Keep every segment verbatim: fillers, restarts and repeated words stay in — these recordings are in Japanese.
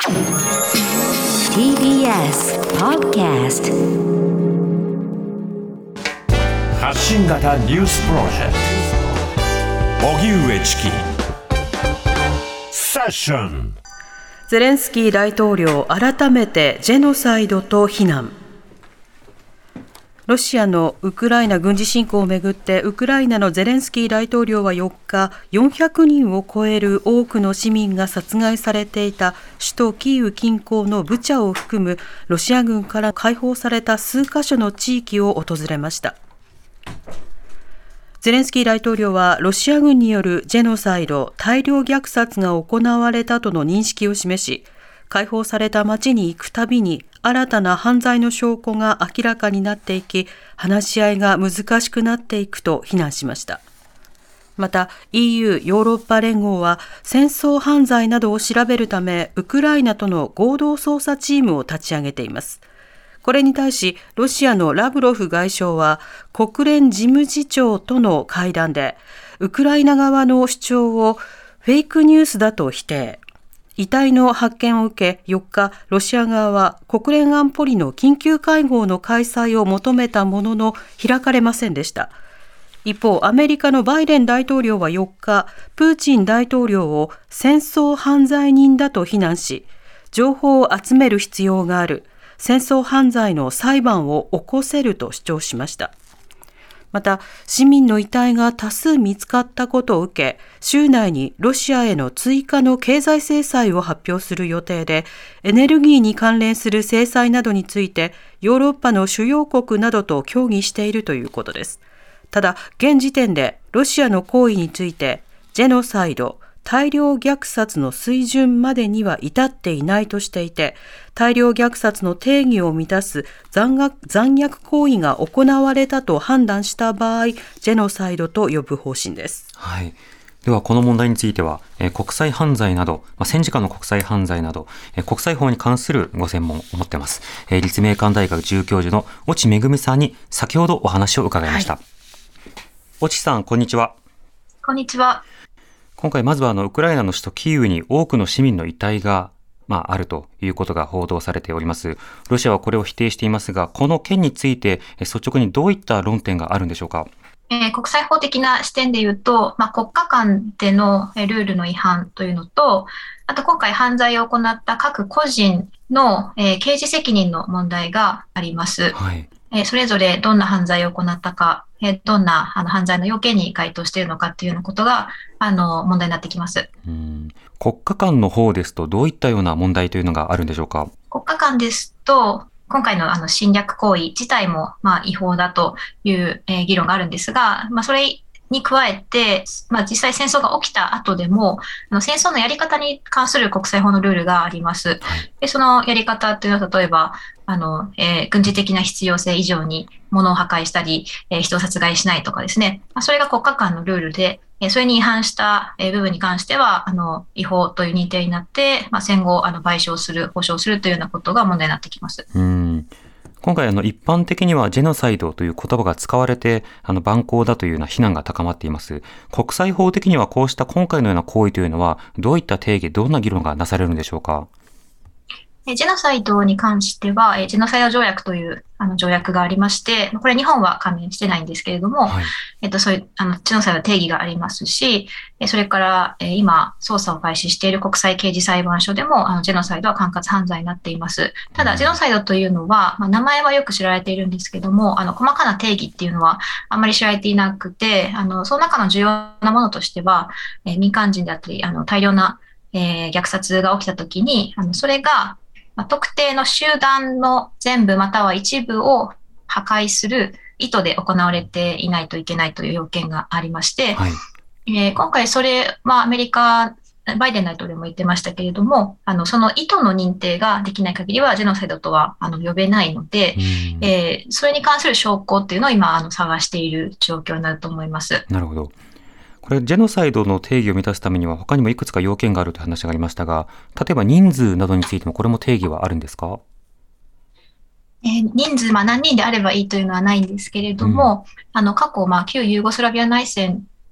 ティービーエス Podcast 発信型ニュースプロジェクト荻上チキセッション。 ゼレンスキー大統領改めてジェノサイドと非難。ロシアのウクライナ軍事侵攻をめぐってウクライナのゼレンスキー大統領はよっか、よんひゃくにんを超える多くの市民が殺害されていた首都キーウ近郊のブチャを含むロシア軍から解放された数カ所の地域を訪れました。ゼレンスキー大統領はロシア軍によるジェノサイド、大量虐殺が行われたとの認識を示し、解放された町に行くたびに新たな犯罪の証拠が明らかになっていき、話し合いが難しくなっていくと非難しました。また イーユー ヨーロッパ連合は戦争犯罪などを調べるためウクライナとの合同捜査チームを立ち上げています。これに対しロシアのラブロフ外相は国連事務次長との会談でウクライナ側の主張をフェイクニュースだと否定。遺体の発見を受けよっか、ロシア側は国連安保理の緊急会合の開催を求めたものの開かれませんでした。一方、アメリカのバイデン大統領はよっか、プーチン大統領を戦争犯罪人だと非難し、情報を集める必要がある、戦争犯罪の裁判を起こせると主張しました。また、市民の遺体が多数見つかったことを受け、週内にロシアへの追加の経済制裁を発表する予定で、エネルギーに関連する制裁などについて、ヨーロッパの主要国などと協議しているということです。ただ、現時点でロシアの行為について、ジェノサイド、大量虐殺の水準までには至っていないとしていて、大量虐殺の定義を満たす残虐、残虐行為が行われたと判断した場合、ジェノサイドと呼ぶ方針です。 はい。ではこの問題については、えー、国際犯罪など、まあ、戦時下の国際犯罪など、えー、国際法に関するご専門を持っています、えー、立命館大学准教授の越智恵さんに先ほどお話を伺いました。はい、越智さん、こんにちは。 こんにちは。 今回まずはあのウクライナの首都キーウに多くの市民の遺体が、まあ、あるということが報道されております。ロシアはこれを否定していますが、この件について率直にどういった論点があるんでしょうか。 えー、国際法的な視点で言うと、まあ、国家間でのルールの違反というのと、あと今回犯罪を行った各個人の、えー、刑事責任の問題があります。はい。えー、それぞれどんな犯罪を行ったか、えー、どんなあの犯罪の要件に該当しているのかというようなことがあの問題になってきます。 うん、国家間の方ですとどういったような問題というのがあるんでしょうか。 国家間ですと今回のあの侵略行為自体もまあ違法だという、えー、議論があるんですが、まあ、それに加えて、まあ、実際戦争が起きた後でもあの戦争のやり方に関する国際法のルールがあります。でそのやり方というのは例えばあの、えー、軍事的な必要性以上に物を破壊したり、えー、人を殺害しないとかですね、まあ、それが国家間のルールで、えー、それに違反した、えー、部分に関してはあの違法という認定になって、まあ、戦後あの賠償する、保証するというようなことが問題になってきます。 うん、今回あの一般的にはジェノサイドという言葉が使われてあの蛮行だというような非難が高まっています。国際法的にはこうした今回のような行為というのはどういった定義、どんな議論がなされるんでしょうか。 ジェノサイドに関しては、ジェノサイド条約というあの条約がありまして、これ日本は加盟してないんですけれども、はい、えっと、そういうあのジェノサイドの定義がありますし、それから今捜査を開始している国際刑事裁判所でもあのジェノサイドは管轄犯罪になっています。ただ、ジェノサイドというのは、まあ、名前はよく知られているんですけども、あの細かな定義っていうのはあまり知られていなくて、あのその中の重要なものとしては、えー、民間人であったり、あの大量な、えー、虐殺が起きたときに、あのそれが特定の集団の全部または一部を破壊する意図で行われていないといけないという要件がありまして、はい、えー、今回それはアメリカ、バイデン大統領も言ってましたけれども、あのその意図の認定ができない限りはジェノサイドとはあの呼べないので、えー、それに関する証拠っていうのを今あの探している状況になると思います。 なるほど。これジェノサイドの定義を満たすためには他にもいくつか要件があるという話がありましたが、例えば人数などについてもこれも定義はあるんですか。 えー、人数、まあ、何人であればいいというのはないんですけれども、うん、あの過去、まあ、旧ユーゴスラビア内戦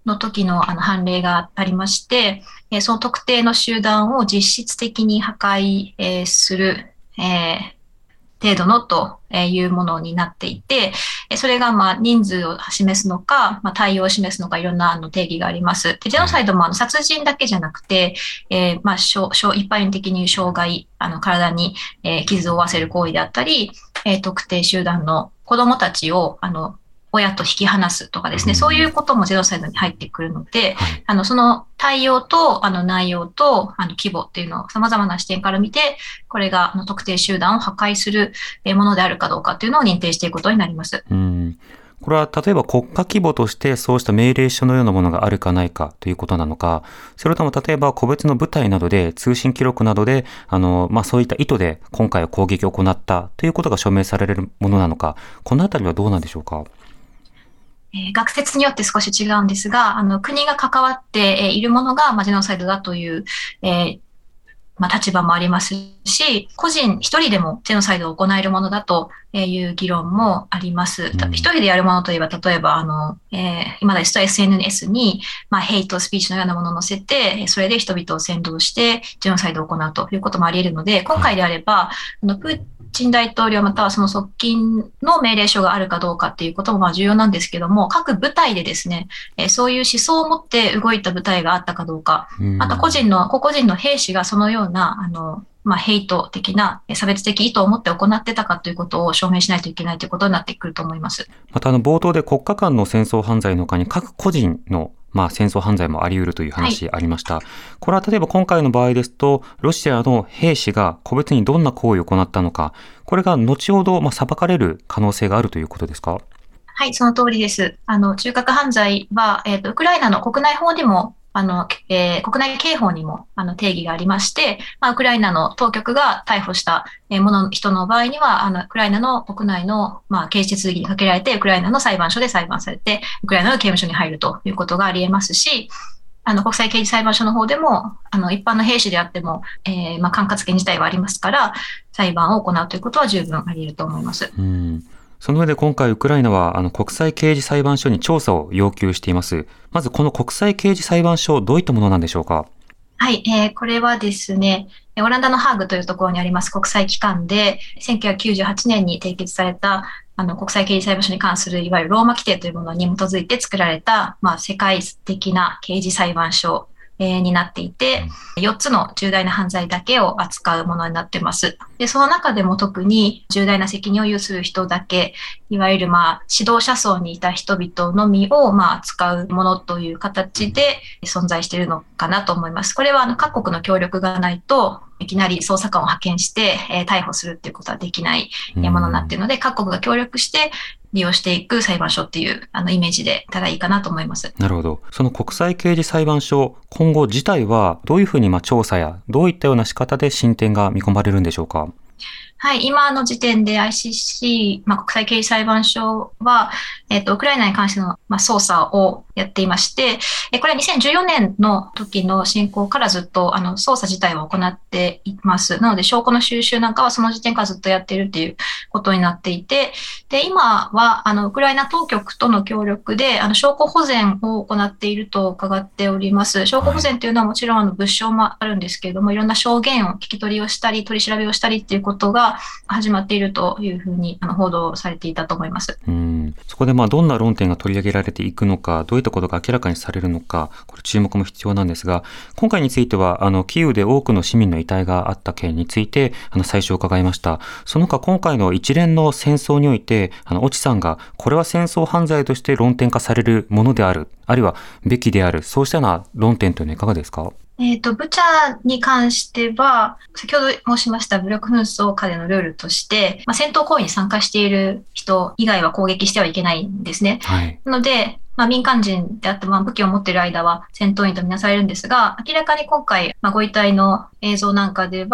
の時のあの判例がありまして、えー、その特定の集団を実質的に破壊、えー、する、えー程度のというものになっていて、それがまあ人数を示すのか、まあ、対応を示すのか、いろんなあの定義があります。でジェノサイドもあの殺人だけじゃなくて、えー、まあ一般的に傷害、あの体に傷を負わせる行為であったり、特定集団の子どもたちをあの親と引き離すとかですね、そういうこともジェノサイドに入ってくるので、あのその対応とあの内容とあの規模っていうのを様々な視点から見て、これがあの特定集団を破壊するものであるかどうかっていうのを認定していくことになります。 うん、これは例えば国家規模としてそうした命令書のようなものがあるかないかということなのか、それとも例えば個別の部隊などで通信記録などであの、まあ、そういった意図で今回は攻撃を行ったということが証明されるものなのか、このあたりはどうなんでしょうか。 えー、学説によって少し違うんですが、あの国が関わっているものが、まあ、ジェノサイドだという、えーまあ、立場もありますし、個人一人でもジェノサイドを行えるものだという議論もあります。一、うん、人でやるものといえば、例えばあの、えー、今ですと エスエヌエス に、まあ、ヘイトスピーチのようなものを載せて、それで人々を扇動してジェノサイドを行うということもあり得るので、今回であれば、あのプーチン大統領またはその側近の命令書があるかどうかっていうこともまあ重要なんですけども、各部隊でですね、えー、そういう思想を持って動いた部隊があったかどうか、また個人の、個々人の兵士がそのような、あの、まあ、ヘイト的な差別的意図を持って行ってたかということを証明しないといけないということになってくると思います。 またあの冒頭で国家間の戦争犯罪の他に各個人のまあ戦争犯罪もあり得るという話ありました。はい、これは例えば今回の場合ですと、ロシアの兵士が個別にどんな行為を行ったのか、これが後ほどまあ裁かれる可能性があるということですか？ はい、その通りです。あの、中核犯罪は、えっと、ウクライナの国内法にもあの、えー、国内刑法にもあの定義がありまして、まあ、ウクライナの当局が逮捕したもの人の場合には、あのウクライナの国内の、まあ、刑事手続きにかけられて、ウクライナの裁判所で裁判されて、ウクライナの刑務所に入るということがあり得ますし、あの国際刑事裁判所の方でも、あの一般の兵士であっても、えーまあ、管轄権自体はありますから、裁判を行うということは十分あり得ると思います。 うん、その上で今回ウクライナはあの国際刑事裁判所に調査を要求しています。まずこの国際刑事裁判所、どういったものなんでしょうか？ はい、えー、これはですね、オランダのハーグというところにあります国際機関で、せんきゅうひゃくきゅうじゅうはちねんに締結されたあの国際刑事裁判所に関するいわゆるローマ規定というものに基づいて作られた、まあ、世界的な刑事裁判所になっていて、よっつの重大な犯罪だけを扱うものになっています。で、その中でも特に重大な責任を有する人だけ、いわゆるまあ指導者層にいた人々のみをまあ扱うものという形で存在しているのかなと思います。これはあの各国の協力がないといきなり捜査官を派遣して、えー、逮捕するっていうことはできないものになっているので、各国が協力して利用していく裁判所っていうあのイメージでただいいかなと思います。 なるほど。その国際刑事裁判所、今後自体はどういうふうにまあ調査やどういったような仕方で進展が見込まれるんでしょうか？ はい、今の時点で アイシーシー、まあ、国際刑事裁判所は、えっと、ウクライナに関しての、まあ、捜査をやっていまして、これはにせんじゅうよねんの時の侵攻からずっとあの捜査自体を行っています。なので、証拠の収集なんかはその時点からずっとやっているということになっていて、で、今はあのウクライナ当局との協力であの証拠保全を行っていると伺っております。証拠保全というのはもちろんあの物証もあるんですけれども、いろんな証言を聞き取りをしたり、取り調べをしたりということが始まっているというふうにあの報道されていたと思います。 うん、そこでまあどんな論点が取り上げられていくのか、どういったことが明らかにされるのか、これ注目も必要なんですが、今回についてはあのキーウで多くの市民の遺体があった件についてあの最初伺いました。その他今回の一連の戦争において、あの越智さんがこれは戦争犯罪として論点化されるものである、あるいはべきである、そうしたような論点というのはいかがですか？ えっと、ブチャに関しては、先ほど申しました武力紛争下でのルールとして、まあ、戦闘行為に参加している人以外は攻撃してはいけないんですね。はい、なので、まあ、民間人であって、まあ、武器を持っている間は戦闘員とみなされるんですが、明らかに今回、まあ、ご遺体の映像なんかでは、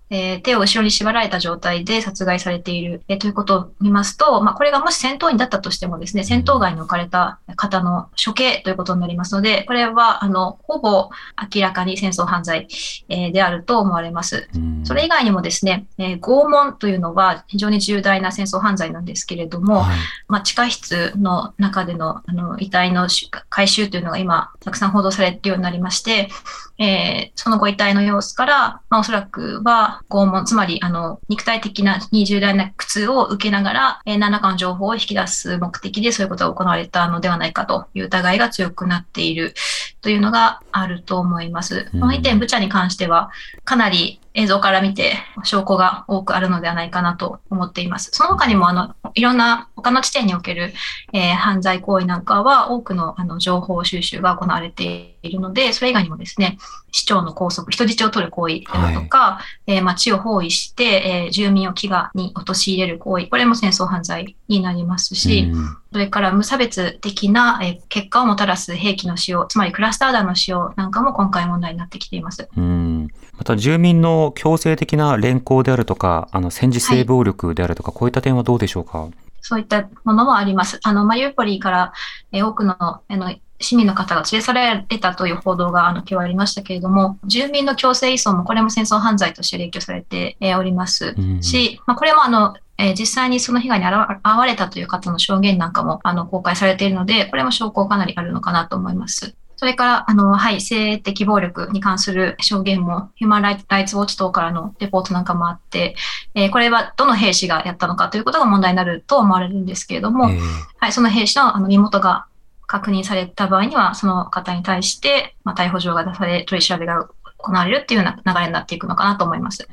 えー、手を後ろに縛られた状態で殺害されている、えー、ということを見ますと、まあ、これがもし戦闘員だったとしてもですね、戦闘外に置かれた方の処刑ということになりますので、これはあのほぼ明らかに戦争犯罪、えー、であると思われます。それ以外にもですね、えー、拷問というのは非常に重大な戦争犯罪なんですけれども、はい、まあ、地下室の中での、あの遺体の回収というのが今たくさん報道されるようになりまして、えー、そのご遺体の様子から、まあ、おそらくは拷問、つまりあの肉体的な重大な苦痛を受けながら、えー、何らかの情報を引き出す目的でそういうことが行われたのではないかという疑いが強くなっているというのがあると思います。この一点、ブチャに関してはかなり映像から見て証拠が多くあるのではないかなと思っています。その他にもあのいろんな他の地点における、えー、犯罪行為なんかは多くの、あの情報収集が行われているので、それ以外にもですね、市長の拘束、人質を取る行為であるとか、はい、えー、町を包囲して、えー、住民を飢餓に陥れる行為、これも戦争犯罪になりますし、うん、それから無差別的な、えー、結果をもたらす兵器の使用、つまりクラスター弾の使用なんかも今回問題になってきています。 うん、また住民の強制的な連行であるとか、あの戦時性暴力であるとか、はい、こういった点はどうでしょうか。 そういったものもあります。あのマリウポリから、えー、多くの、あの市民の方が連れ去られたという報道があの今日ありましたけれども、住民の強制移送もこれも戦争犯罪として列挙されて、えー、おりますし、うん、まあ、これもあの、えー、実際にその被害に遭われたという方の証言なんかもあの公開されているので、これも証拠かなりあるのかなと思います。それから、あの、はい、性的暴力に関する証言も、ヒューマンライツウォッチ等からのレポートなんかもあって、えー、これはどの兵士がやったのかということが問題になると思われるんですけれども、えー、はい、その兵士の、あの身元が確認された場合には、その方に対して、まあ、逮捕状が出され、取り調べが行われるっていうような流れになっていくのかなと思います。 うん、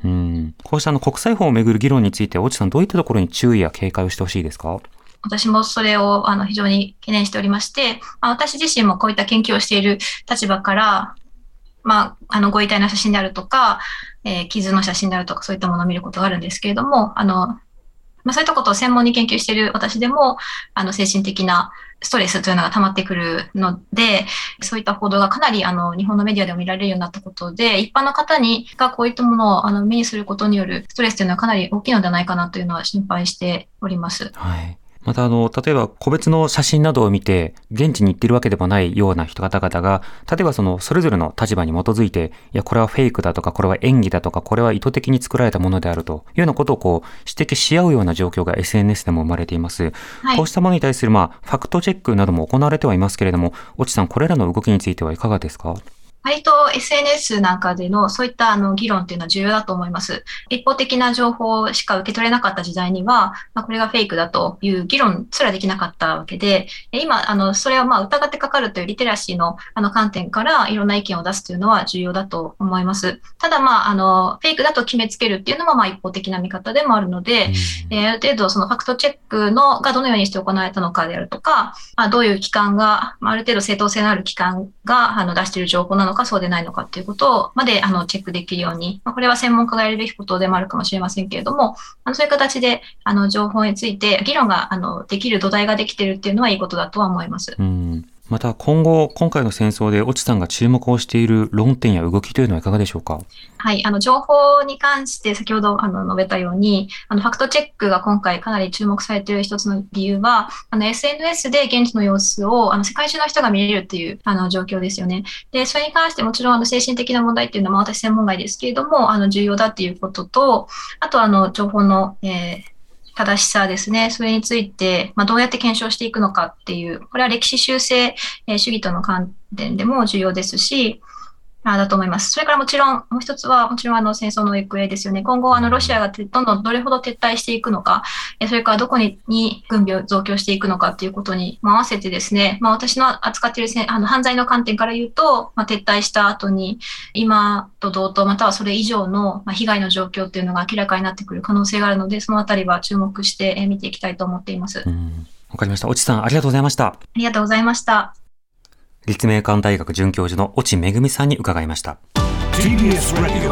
こうしたあの国際法をめぐる議論について、越智さん、どういったところに注意や警戒をしてほしいですか。 私もそれをあの非常に懸念しておりまして、まあ、私自身もこういった研究をしている立場から、まあ、あのご遺体の写真であるとか、えー、傷の写真であるとか、そういったものを見ることがあるんですけれども、あのまあ、そういったことを専門に研究している私でも、あの精神的なストレスというのが溜まってくるので、そういった報道がかなりあの日本のメディアでも見られるようになったことで、一般の方にがこういったものをあの目にすることによるストレスというのはかなり大きいのではないかなというのは心配しております。 はい。またあの、例えば個別の写真などを見て、現地に行っているわけでもないような人方々が、例えばその、それぞれの立場に基づいて、いや、これはフェイクだとか、これは演技だとか、これは意図的に作られたものであるというようなことをこう、指摘し合うような状況が エスエヌエス でも生まれています。はい、こうしたものに対する、まあ、ファクトチェックなども行われてはいますけれども、越智さん、これらの動きについてはいかがですか？ 割と エスエヌエス なんかでのそういったあの議論っていうのは重要だと思います。一方的な情報しか受け取れなかった時代には、まあ、これがフェイクだという議論すらできなかったわけで、今、あのそれはまあ疑ってかかるというリテラシーのあの観点からいろんな意見を出すというのは重要だと思います。ただ、まあ、あのフェイクだと決めつけるっていうのもまあ一方的な見方でもあるので、うん、えー、ある程度そのファクトチェックのがどのようにして行われたのかであるとか、まあ、どういう機関が、まあ、ある程度正当性のある機関があの出している情報なのかそうでないのかということまであのチェックできるように、まあ、これは専門家がやるべきことでもあるかもしれませんけれども、あのそういう形であの情報について議論があのできる土台ができているっていうのはいいことだとは思います。 うん、また今後、今回の戦争で越智さんが注目をしている論点や動きというのはいかがでしょうか？ はい、あの情報に関して先ほどあの述べたように、あのファクトチェックが今回かなり注目されている一つの理由は、あの エスエヌエス で現地の様子をあの世界中の人が見れるというあの状況ですよね。で、それに関してもちろんあの精神的な問題っていうのは、まあ、私専門外ですけれども、あの重要だっていうことと、あとあの情報の、えー正しさですね。それについて、まあ、どうやって検証していくのかっていう、これは歴史修正主義との観点でも重要ですし、あだと思います。それからもちろん、もう一つは、もちろんあの戦争の行方ですよね。今後、あのロシアがどんどんどれほど撤退していくのか、それからどこにに軍備を増強していくのかっていうことに合わせてですね、まあ、私の扱っているあの犯罪の観点から言うと、まあ、撤退した後に、今と同等、またはそれ以上の被害の状況っていうのが明らかになってくる可能性があるので、そのあたりは注目して見ていきたいと思っています。 うん、わかりました。越智さん、ありがとうございました。 ありがとうございました。 立命館大学准教授の越智恵さんに伺いました。ティービーエス Radio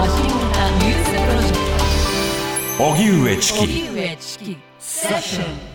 荻上チキセッション